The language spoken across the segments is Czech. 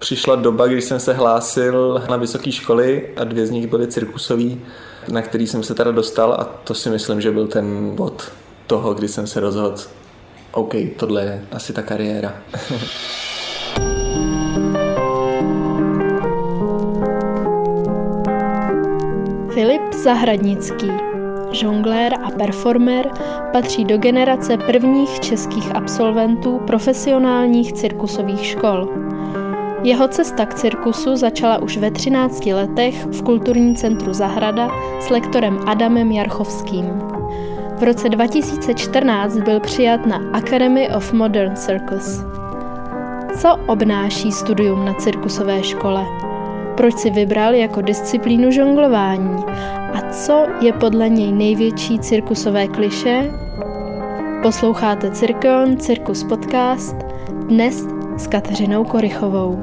Přišla doba, kdy jsem se hlásil na vysoké školy a 2 z nich byly cirkusový, na který jsem se teda dostal a to si myslím, že byl ten bod toho, kdy jsem se rozhodl, OK, tohle je asi ta kariéra. Filip Zahradnický, žonglér a performer, patří do generace prvních českých absolventů profesionálních cirkusových škol. Jeho cesta k cirkusu začala už ve 13 letech v kulturním centru Zahrada s lektorem Adamem Jarchovským. V roce 2014 byl přijat na Academy of Modern Circus. Co obnáší studium na cirkusové škole? Proč si vybral jako disciplínu žonglování? A co je podle něj největší cirkusové klišé? Posloucháte Cirkeon Cirkus podcast, dnes s Kateřinou Korychovou.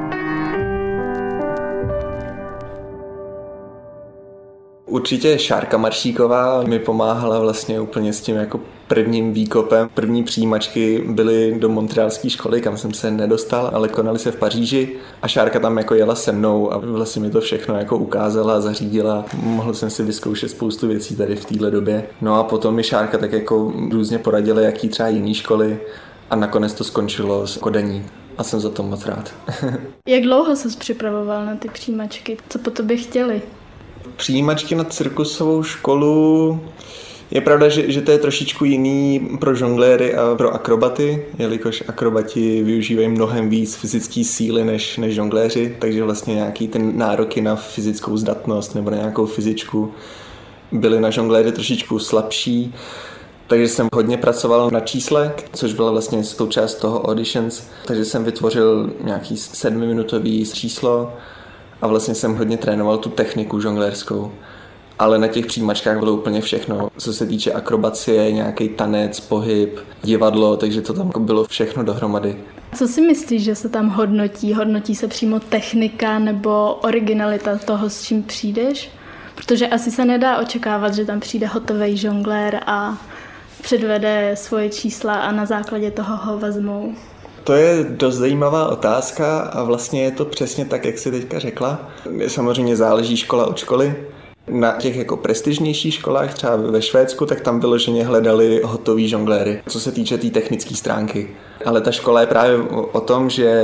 Určitě Šárka Maršíková mi pomáhala vlastně úplně s tím jako prvním výkopem. První přijímačky byly do montrealské školy, kam jsem se nedostal, ale konaly se v Paříži a Šárka tam jako jela se mnou a vlastně mi to všechno jako ukázala, zařídila. Mohl jsem si vyzkoušet spoustu věcí tady v téhle době. No a potom mi Šárka tak jako různě poradila, jaký třeba jiný školy a nakonec to skončilo s Kodaní. A jsem za to moc rád. Jak dlouho ses připravoval na ty přijímačky? Co po tobě chtěli? Přijímačky na cirkusovou školu je pravda, že to je trošičku jiný pro žongléry a pro akrobaty, jelikož akrobati využívají mnohem víc fyzické síly než žongléři, takže vlastně nějaký ten nároky na fyzickou zdatnost nebo na nějakou fyzičku byly na žongléry trošičku slabší. Takže jsem hodně pracoval na čísle, což byla vlastně součást toho auditions, takže jsem vytvořil nějaký 7minutový číslo a vlastně jsem hodně trénoval tu techniku žonglérskou. Ale na těch přijímačkách bylo úplně všechno, co se týče akrobacie, nějaký tanec, pohyb, divadlo, takže to tam bylo všechno dohromady. Co si myslíš, že se tam hodnotí? Hodnotí se přímo technika nebo originalita toho, s čím přijdeš? Protože asi se nedá očekávat, že tam přijde hotový žonglér a předvede svoje čísla a na základě toho ho vezmou. To je dost zajímavá otázka a vlastně je to přesně tak, jak jsi teďka řekla. Samozřejmě záleží škola od školy. Na těch jako prestižnějších školách, třeba ve Švédsku, tak tam vyloženě hledali hotový žongléry, co se týče té technické stránky. Ale ta škola je právě o tom, že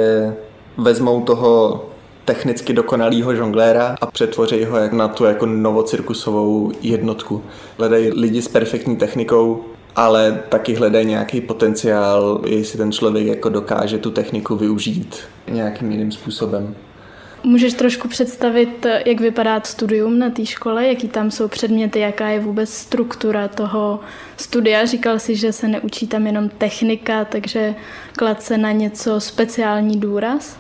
vezmou toho technicky dokonalýho žongléra a přetvoří ho na tu jako novocirkusovou jednotku. Hledají lidi s perfektní technikou, ale taky hledají nějaký potenciál, jestli ten člověk jako dokáže tu techniku využít nějakým jiným způsobem. Můžeš trošku představit, jak vypadá studium na té škole, jaký tam jsou předměty, jaká je vůbec struktura toho studia? Říkal jsi, že se neučí tam jenom technika, takže klad se na něco speciální důraz?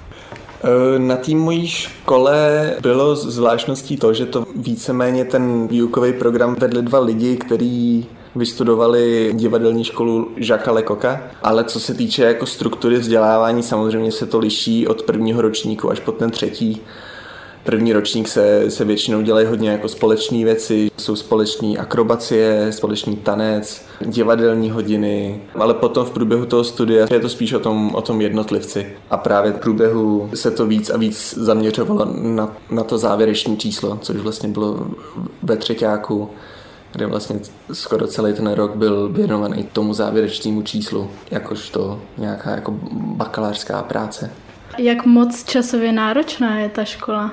Na té mojí škole bylo zvláštností to, že to víceméně ten výukový program vedli 2 lidi, kteří vystudovali divadelní školu Jacquesa Lecoqa, ale co se týče jako struktury vzdělávání, samozřejmě se to liší od prvního ročníku až po ten 3. První ročník se většinou dělají hodně jako společné věci, jsou společní akrobacie, společný tanec, divadelní hodiny, ale potom v průběhu toho studia je to spíš o tom jednotlivci. A právě v průběhu se to víc a víc zaměřovalo na to závěrečné číslo, což vlastně bylo ve 3. kde vlastně skoro celý ten rok byl věnovaný tomu závěrečnému číslu, jakožto nějaká jako bakalářská práce. Jak moc časově náročná je ta škola?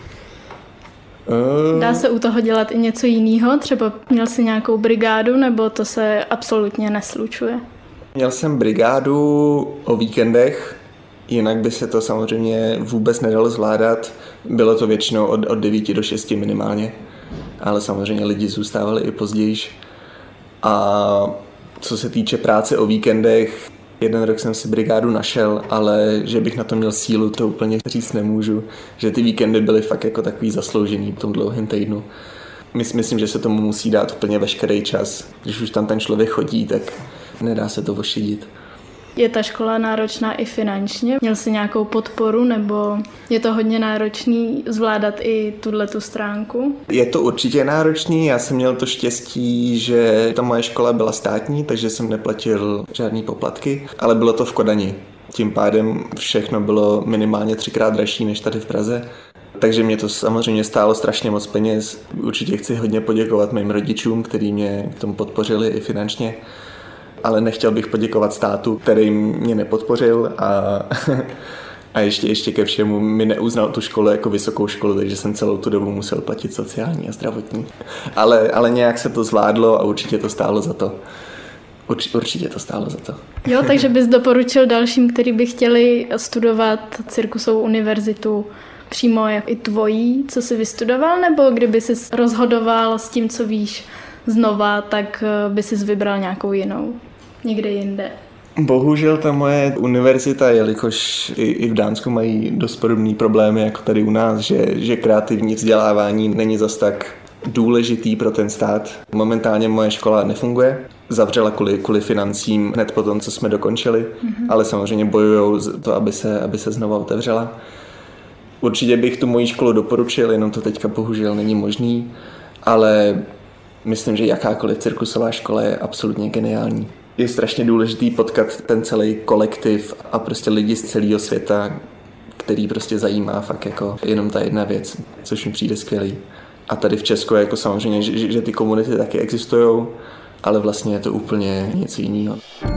Dá se u toho dělat i něco jiného? Třeba měl jsi nějakou brigádu, nebo to se absolutně neslučuje? Měl jsem brigádu o víkendech, jinak by se to samozřejmě vůbec nedalo zvládat. Bylo to většinou od 9 do 6 minimálně, ale samozřejmě lidi zůstávali i později. A co se týče práce o víkendech, 1 rok jsem si brigádu našel, ale že bych na to měl sílu, to úplně říct nemůžu. Že ty víkendy byly fakt jako takový zasloužený v tom dlouhém týdnu. Myslím, že se tomu musí dát úplně veškerý čas. Když už tam ten člověk chodí, tak nedá se to ošidit. Je ta škola náročná i finančně? Měl jsi nějakou podporu, nebo je to hodně náročný zvládat i tu stránku? Je to určitě náročný, já jsem měl to štěstí, že ta moje škola byla státní, takže jsem neplatil žádný poplatky, ale bylo to v Kodani. Tím pádem všechno bylo minimálně 3x dražší než tady v Praze. Takže mě to samozřejmě stálo strašně moc peněz. Určitě chci hodně poděkovat mým rodičům, kteří mě k tomu podpořili i finančně. Ale nechtěl bych poděkovat státu, který mě nepodpořil a ještě ke všemu mi neuznal tu školu jako vysokou školu, takže jsem celou tu dobu musel platit sociální a zdravotní. Ale nějak se to zvládlo a určitě to stálo za to. Určitě to stálo za to. Jo, takže bys doporučil dalším, kteří by chtěli studovat cirkusovou univerzitu přímo i tvojí, co jsi vystudoval, nebo kdyby jsi rozhodoval s tím, co víš znova, tak by jsi vybral nějakou jinou, někde jinde? Bohužel ta moje univerzita, jelikož i v Dánsku mají dost podobné problémy jako tady u nás, že kreativní vzdělávání není zas tak důležitý pro ten stát. Momentálně moje škola nefunguje. Zavřela kvůli financím hned po tom, co jsme dokončili, ale samozřejmě bojujou za to, aby se znova otevřela. Určitě bych tu moji školu doporučil, jenom to teďka bohužel není možný, ale myslím, že jakákoliv cirkusová škola je absolutně geniální. Je strašně důležitý potkat ten celý kolektiv a prostě lidi z celého světa, který prostě zajímá fakt jako jenom ta jedna věc, což mi přijde skvělý. A tady v Česku je jako samozřejmě, že ty komunity taky existují, ale vlastně je to úplně něco jiného.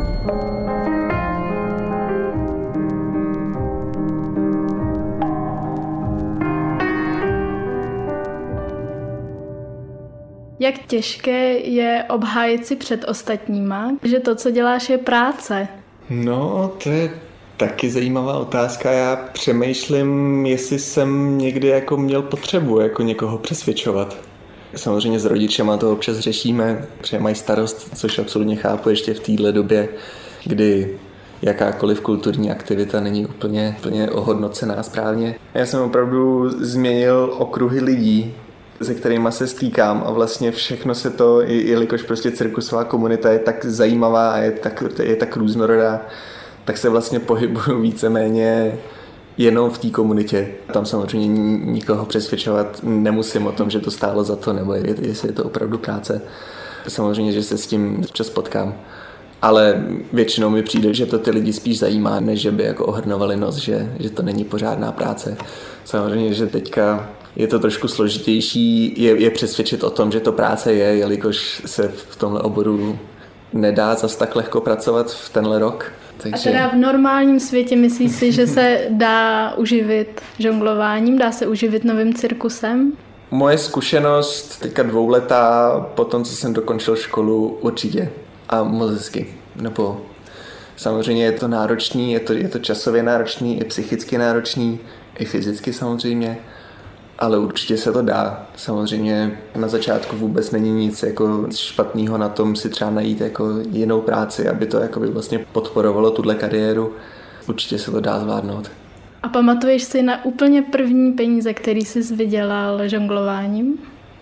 Jak těžké je obhájit si před ostatníma, že to, co děláš, je práce? No, to je taky zajímavá otázka. Já přemýšlím, jestli jsem někdy jako měl potřebu jako někoho přesvědčovat. Samozřejmě s rodičema to občas řešíme, protože mají starost, což absolutně chápu ještě v téhle době, kdy jakákoliv kulturní aktivita není úplně ohodnocená správně. Já jsem opravdu změnil okruhy lidí, se kterými se stýkám a vlastně všechno se to, jelikož prostě cirkusová komunita je tak zajímavá a je tak různorodá, tak se vlastně pohybuju víceméně jenom v té komunitě. Tam samozřejmě nikoho přesvědčovat nemusím o tom, že to stálo za to, nebo jestli je to opravdu práce. Samozřejmě, že se s tím čas potkám. Ale většinou mi přijde, že to ty lidi spíš zajímá, než že by jako ohrnovali nos, že to není pořádná práce. Samozřejmě, že teďka je to trošku složitější je přesvědčit o tom, že to práce je, jelikož se v tomhle oboru nedá zas tak lehko pracovat v tenhle rok. Takže... A teda v normálním světě myslíš si, že se dá uživit žonglováním, dá se uživit novým cirkusem? Moje zkušenost teďka 2letá po tom, co jsem dokončil školu, určitě. A moc hezky. Nebo samozřejmě je to náročný, je to časově náročný, i psychicky náročný, i fyzicky samozřejmě. Ale určitě se to dá. Samozřejmě na začátku vůbec není nic jako špatného na tom si třeba najít jako jinou práci, aby to jako by vlastně podporovalo tuhle kariéru. Určitě se to dá zvládnout. A pamatuješ si na úplně první peníze, který jsi vydělal žonglováním?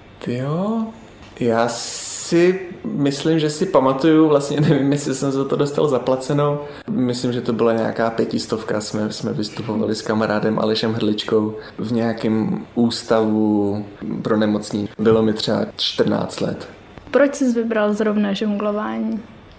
Jo, já si myslím, že si pamatuju, vlastně nevím, jestli jsem za to dostal zaplaceno. Myslím, že to byla nějaká 500, jsme vystupovali s kamarádem Alešem Hrdličkou v nějakém ústavu pro nemocní. Bylo mi třeba 14 let. Proč jsi vybral zrovna žonglování?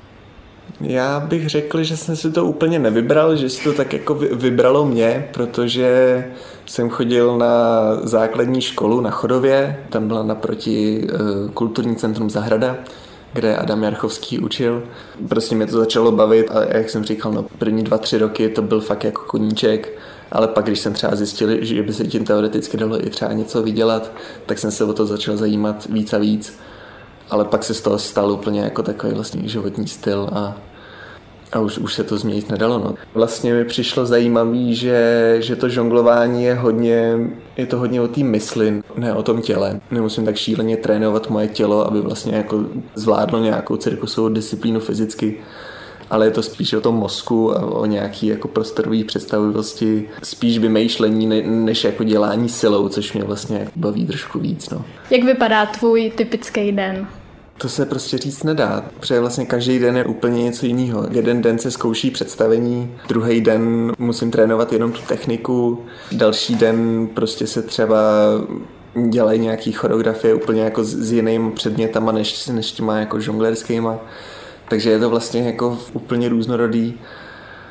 Já bych řekl, že jsem si to úplně nevybral, že si to tak jako vybralo mě, protože jsem chodil na základní školu na Chodově, tam byla naproti kulturní centrum Zahrada, kde Adam Jarchovský učil. Prostě mě to začalo bavit a jak jsem říkal, no první 2-3 roky to byl fakt jako koníček, ale pak když jsem třeba zjistil, že by se tím teoreticky dalo i třeba něco vydělat, tak jsem se o to začal zajímat víc a víc. Ale pak se z toho stal úplně jako takový vlastně životní styl a už se to změnit nedalo. No. Vlastně mi přišlo zajímavý, že to žonglování je to hodně o té mysli, ne o tom těle. Nemusím tak šíleně trénovat moje tělo, aby vlastně jako zvládlo nějakou cirkusovou disciplínu fyzicky, ale je to spíš o tom mozku a o nějaký jako prostorový představivosti, spíš vymýšlení než jako dělání silou, což mě vlastně baví trošku víc. No. Jak vypadá tvůj typický den? To se prostě říct nedá, protože vlastně každý den je úplně něco jiného. Jeden den se zkouší představení, druhý den musím trénovat jenom tu techniku, další den prostě se třeba dělají nějaký choreografie úplně jako s jinými předmětama než těma jako žonglerskýma. Takže je to vlastně jako úplně různorodý.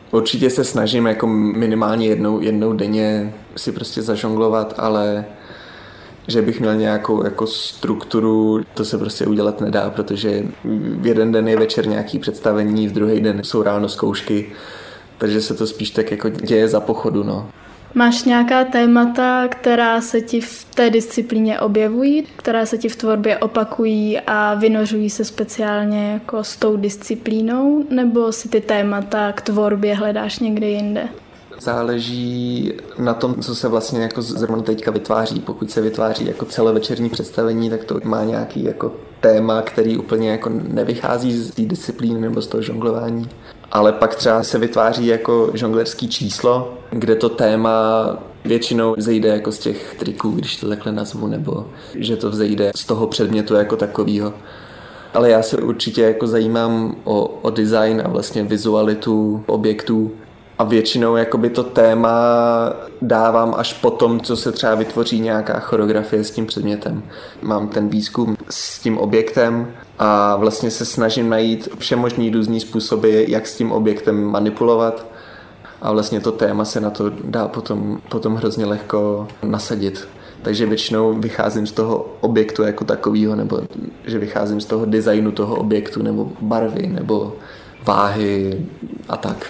Určitě se snažím jako minimálně jednou denně si prostě zažonglovat, ale že bych měl nějakou jako strukturu, to se prostě udělat nedá, protože v jeden den je večer nějaký představení, v druhý den jsou ráno zkoušky, takže se to spíš tak jako děje za pochodu, no. Máš nějaká témata, která se ti v té disciplíně objevují, která se ti v tvorbě opakují a vynořují se speciálně jako s tou disciplínou, nebo si ty témata k tvorbě hledáš někde jinde? Záleží na tom, co se vlastně jako zrovna teďka vytváří. Pokud se vytváří jako celovečerní představení, tak to má nějaký jako téma, který úplně jako nevychází z té disciplíny nebo z toho žonglování. Ale pak třeba se vytváří jako žonglerský číslo, kde to téma většinou vzejde jako z těch triků, když to takhle nazvu, nebo že to vzejde z toho předmětu jako takového. Ale já se určitě jako zajímám o design a vlastně vizualitu objektů. A většinou jakoby to téma dávám až potom, co se třeba vytvoří nějaká choreografie s tím předmětem. Mám ten výzkum s tím objektem a vlastně se snažím najít všemožný různý způsoby, jak s tím objektem manipulovat. A vlastně to téma se na to dá potom hrozně lehko nasadit. Takže většinou vycházím z toho objektu jako takového, nebo že vycházím z toho designu toho objektu, nebo barvy, nebo váhy a tak.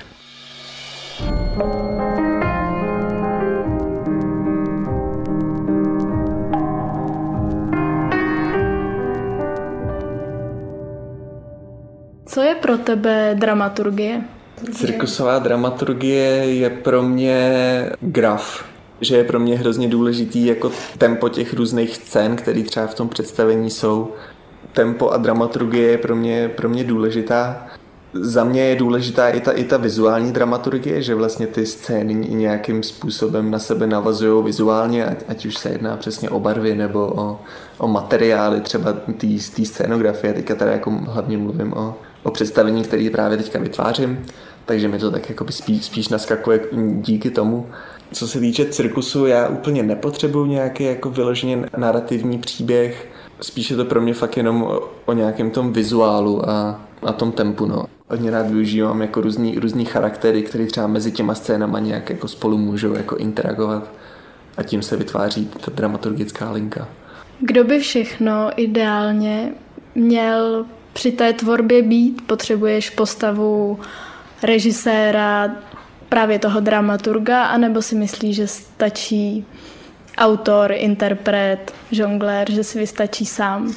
Co je pro tebe dramaturgie? Cirkusová dramaturgie je pro mě graf. Že je pro mě hrozně důležitý jako tempo těch různých scén, které třeba v tom představení jsou. Tempo a dramaturgie je pro mě důležitá. Za mě je důležitá i ta vizuální dramaturgie, že vlastně ty scény nějakým způsobem na sebe navazují vizuálně, ať už se jedná přesně o barvy nebo o materiály, třeba té scénografie. Teďka tady jako hlavně mluvím o představení, které právě teďka vytvářím, takže mi to tak jako spíš naskakuje díky tomu. Co se týče cirkusu, já úplně nepotřebuji nějaký jako vyloženě narrativní příběh, spíš je to pro mě fakt jenom o nějakém tom vizuálu a tom tempu, no. Hodně rád využívám jako různý charaktery, které třeba mezi těma scénama nějak jako spolu můžou jako interagovat a tím se vytváří ta dramaturgická linka. Kdo by všechno ideálně měl při té tvorbě být? Potřebuješ postavu režiséra, právě toho dramaturga, anebo si myslíš, že stačí autor, interpret, žonglér, že si vystačí sám?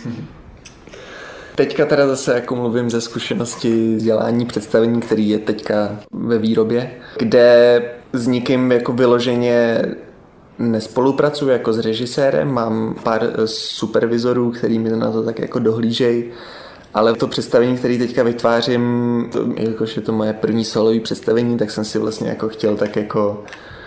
Teďka teda zase jako mluvím ze zkušenosti dělání představení, který je teďka ve výrobě, kde s nikým jako vyloženě nespolupracuji jako s režisérem, mám pár supervizorů, který mi na to tak jako dohlížejí, ale to představení, které teďka vytvářím, jakož je to moje první solový představení, tak jsem si vlastně jako chtěl tak jako,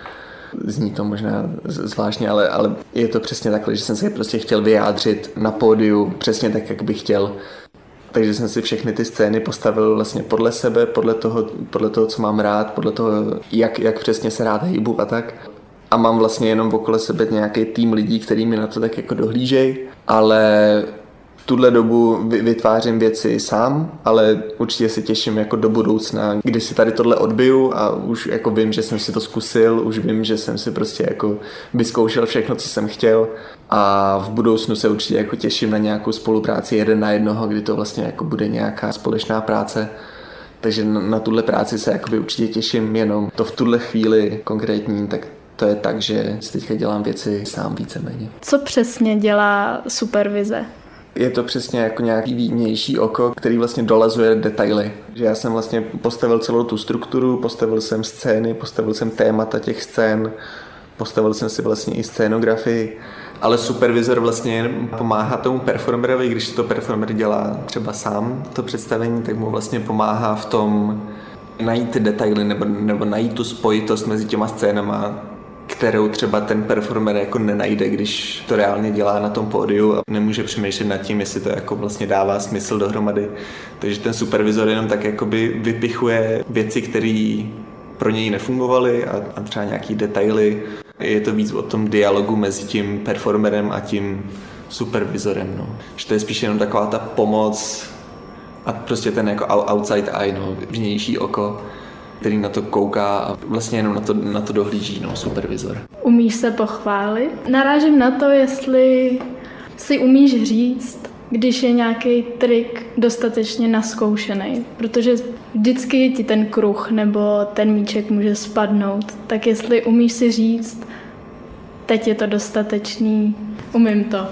zní to možná zvláštně, ale je to přesně takhle, že jsem se prostě chtěl vyjádřit na pódiu přesně tak, jak bych chtěl. Takže jsem si všechny ty scény postavil vlastně podle sebe, podle toho, co mám rád, podle toho, jak přesně se rád hejbu a tak. A mám vlastně jenom okolo sebe nějaký tým lidí, který mi na to tak jako dohlížejí, ale tuhle dobu vytvářím věci sám, ale určitě se těším jako do budoucna, kdy si tady tohle odbiju a už jako vím, že jsem si to zkusil, už vím, že jsem si prostě jako vyzkoušel všechno, co jsem chtěl a v budoucnu se určitě jako těším na nějakou spolupráci 1 na 1, kdy to vlastně jako bude nějaká společná práce. Takže na tuhle práci se jakoby určitě těším, jenom to v tuhle chvíli konkrétní, tak to je tak, že si teďka dělám věci sám víceméně. Co přesně dělá supervize? Je to přesně jako nějaký vnější oko, který vlastně dolazuje detaily. Že já jsem vlastně postavil celou tu strukturu, postavil jsem scény, postavil jsem témata těch scén, postavil jsem si vlastně i scénografii, ale supervizor vlastně pomáhá tomu performerovi, když to performer dělá třeba sám to představení, tak mu vlastně pomáhá v tom najít ty detaily nebo najít tu spojitost mezi těma scénama, kterou třeba ten performer jako nenajde, když to reálně dělá na tom pódiu a nemůže přemýšlet nad tím, jestli to jako vlastně dává smysl dohromady. Takže ten supervizor jenom tak jakoby vypichuje věci, které pro něj nefungovaly a třeba nějaký detaily. Je to víc o tom dialogu mezi tím performerem a tím supervizorem. No. Že to je spíš jenom taková ta pomoc a prostě ten jako outside eye, no, vnější oko, který na to kouká a vlastně jenom na to dohlíží, supervizor. Umíš se pochválit? Narážím na to, jestli si umíš říct, když je nějaký trik dostatečně nazkoušený, protože vždycky ti ten kruh nebo ten míček může spadnout, tak jestli umíš si říct, teď je to dostatečný, umím to.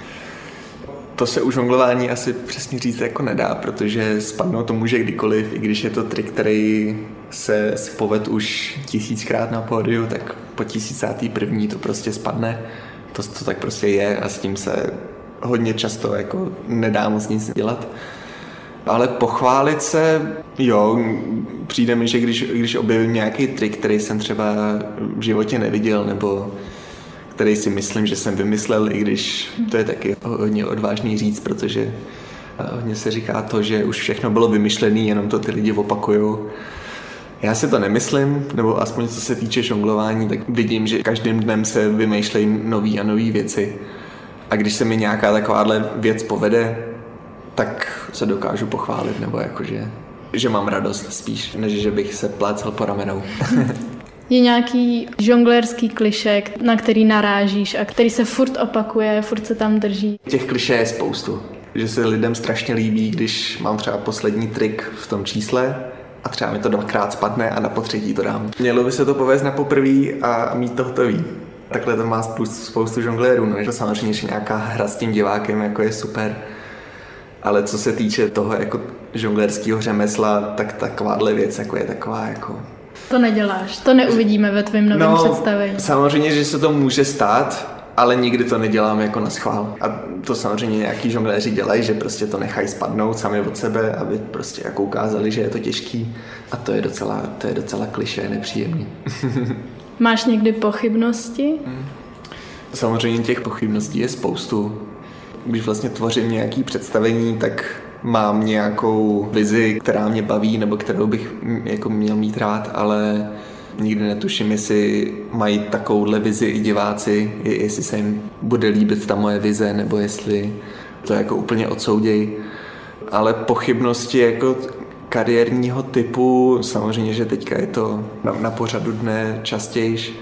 To se u žonglování asi přesně říct jako nedá, protože spadnout to může kdykoliv, i když je to trik, který se povedl už 1000krát na pódiu, tak po 1001. to prostě spadne. To tak prostě je a s tím se hodně často jako nedá moc nic dělat. Ale pochválit se, jo, přijde mi, že když objevím nějaký trik, který jsem třeba v životě neviděl, nebo který si myslím, že jsem vymyslel, i když to je taky hodně odvážný říct, protože hodně se říká to, že už všechno bylo vymyšlené, jenom to ty lidi opakujou. Já si to nemyslím, nebo aspoň co se týče žonglování, tak vidím, že každým dnem se vymýšlejí nový a nový věci. A když se mi nějaká takováhle věc povede, tak se dokážu pochválit, nebo jakože, že mám radost spíš, než že bych se plácal po ramenou. Je nějaký žonglérský klišé, na který narážíš a který se furt opakuje, furt se tam drží? Těch klišé je spoustu. Že se lidem strašně líbí, když mám třeba poslední trik v tom čísle a třeba mi to 2krát spadne a na potřetí to dám. Mělo by se to povést na poprvý a mít to hotový. Takhle to má spoustu žonglérů. No. Samozřejmě, že nějaká hra s tím divákem jako je super. Ale co se týče toho jako žonglérského řemesla, tak takováhle věc jako je taková jako... To neděláš, to neuvidíme ve tvém novém představení. Samozřejmě, že se to může stát, ale nikdy to nedělám jako na schvál. A to samozřejmě nějaký žongléři dělají, že prostě to nechají spadnout sami od sebe, aby prostě jako ukázali, že je to těžký. A to je docela klišé, nepříjemný. Máš někdy pochybnosti? Samozřejmě těch pochybností je spoustu. Když vlastně tvořím nějaké představení, tak mám nějakou vizi, která mě baví nebo kterou bych jako měl mít rád, ale nikdy netuším, jestli mají takovouhle vizi i diváci, jestli se jim bude líbit ta moje vize nebo jestli to jako úplně odsoudějí. Ale pochybnosti jako kariérního typu, samozřejmě, že teďka je to na pořadu dne častější,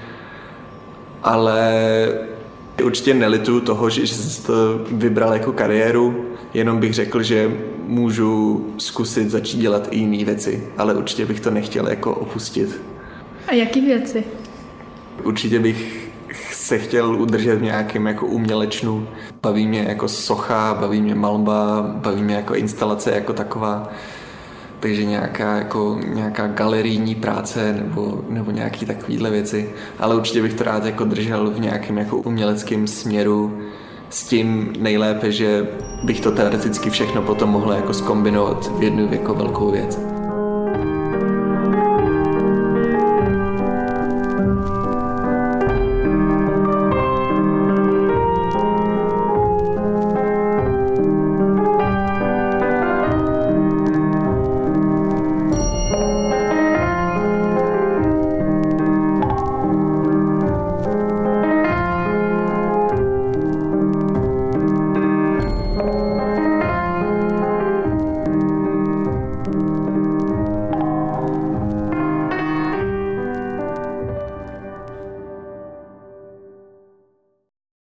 ale určitě nelituju toho, že jsem to vybral jako kariéru, jenom bych řekl, že můžu zkusit začít dělat i jiné věci, ale určitě bych to nechtěl jako opustit. A jaký věci? Určitě bych se chtěl udržet v nějakém jako umělečnu. Baví mě jako socha, baví mě malba, baví mě jako instalace jako taková. Takže nějaká galerijní práce nebo nějaký takovýhle věci. Ale určitě bych to rád jako držel v nějakém jako uměleckém směru s tím nejlépe, že bych to teoreticky všechno potom mohl jako zkombinovat v jednu jako velkou věc.